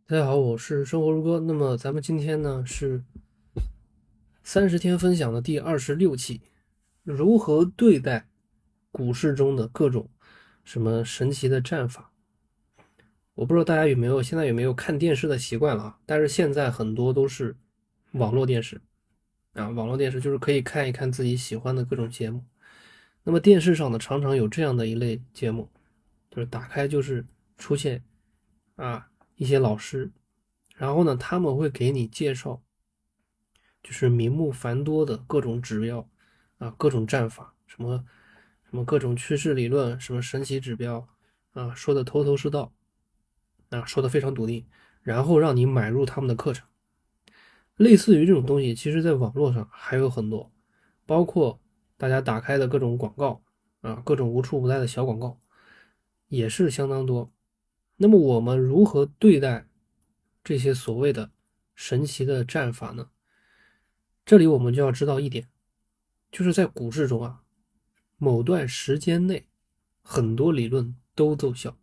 大家好，我是生活如歌。那么咱们今天呢是30天分享的第26期，如何对待股市中的各种什么神奇的战法？我不知道大家现在有没有看电视的习惯了啊？但是现在很多都是网络电视啊，网络电视就是可以看一看自己喜欢的各种节目。那么电视上呢，常常有这样的一类节目，就是打开就是出现一些老师，然后呢他们会给你介绍，就是名目繁多的各种指标各种战法，什么各种趋势理论，什么神奇指标说的头头是道说的非常笃定，然后让你买入他们的课程。类似于这种东西，其实在网络上还有很多，包括大家打开的各种广告各种无处不在的小广告也是相当多。那么我们如何对待这些所谓的神奇的战法呢？这里我们就要知道一点，就是在股市中某段时间内很多理论都奏效。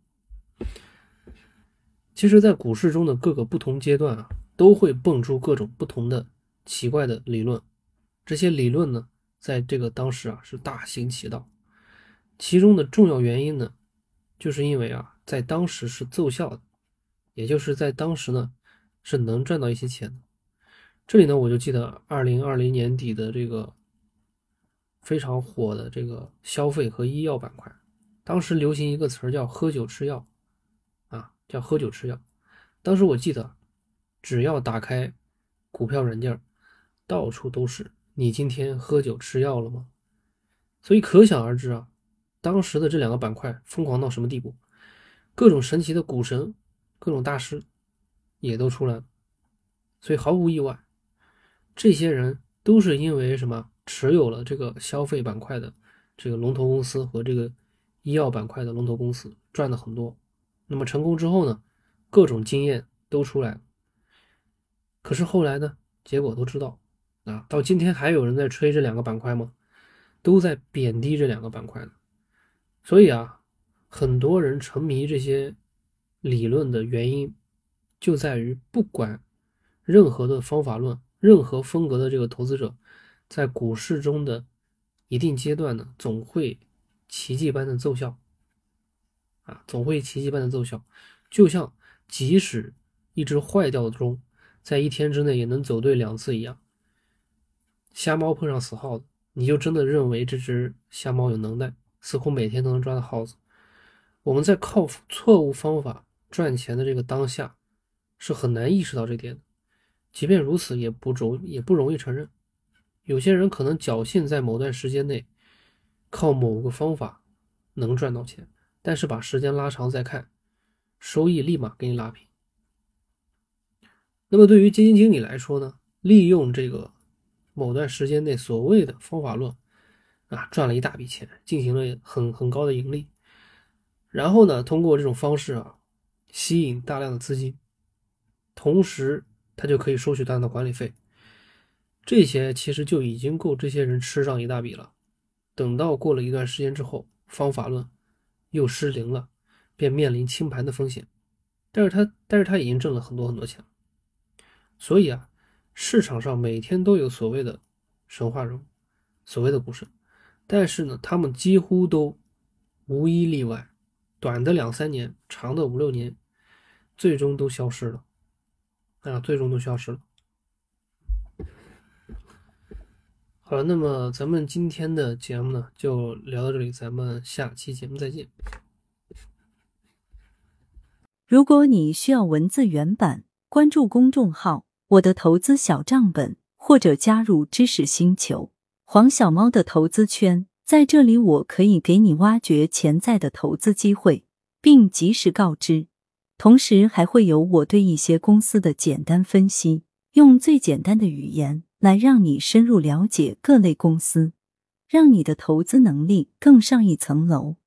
其实在股市中的各个不同阶段都会蹦出各种不同的奇怪的理论。这些理论呢，在这个当时是大行其道。其中的重要原因呢，就是因为在当时是奏效的，也就是在当时呢是能赚到一些钱的。这里呢，我就记得2020年底的这个非常火的这个消费和医药板块，当时流行一个词儿叫喝酒吃药叫喝酒吃药。当时我记得，只要打开股票软件，到处都是你今天喝酒吃药了吗？所以可想而知当时的这两个板块疯狂到什么地步，各种神奇的股神，各种大师也都出来了。所以毫无意外，这些人都是因为什么持有了这个消费板块的这个龙头公司和这个医药板块的龙头公司，赚的很多。那么成功之后呢，各种经验都出来了。可是后来呢，结果都知道到今天还有人在吹这两个板块吗？都在贬低这两个板块的。所以很多人沉迷这些理论的原因，就在于不管任何的方法论、任何风格的这个投资者，在股市中的一定阶段呢，总会奇迹般的奏效总会奇迹般的奏效。就像即使一只坏掉的钟，在一天之内也能走对2次一样。瞎猫碰上死耗子，你就真的认为这只瞎猫有能耐，似乎每天都能抓到耗子。我们在靠错误方法赚钱的这个当下，是很难意识到这点的。即便如此，也不容易承认。有些人可能侥幸在某段时间内靠某个方法能赚到钱，但是把时间拉长再看，收益立马给你拉平。那么对于基金经理来说呢，利用这个某段时间内所谓的方法论赚了一大笔钱，进行了很高的盈利，然后呢，通过这种方式吸引大量的资金，同时他就可以收取大量的管理费。这些其实就已经够这些人吃上一大笔了。等到过了一段时间之后，方法论又失灵了，便面临清盘的风险。但是他已经挣了很多很多钱了。所以市场上每天都有所谓的神话人物，所谓的股神，但是呢，他们几乎都无一例外，短的2、3年，长的5、6年，最终都消失了最终都消失了。好了，那么咱们今天的节目呢，就聊到这里，咱们下期节目再见。 如果你需要文字原版，关注公众号"我的投资小账本"，或者加入知识星球黄小猫的投资圈，在这里我可以给你挖掘潜在的投资机会，并及时告知。同时还会有我对一些公司的简单分析，用最简单的语言来让你深入了解各类公司，让你的投资能力更上一层楼。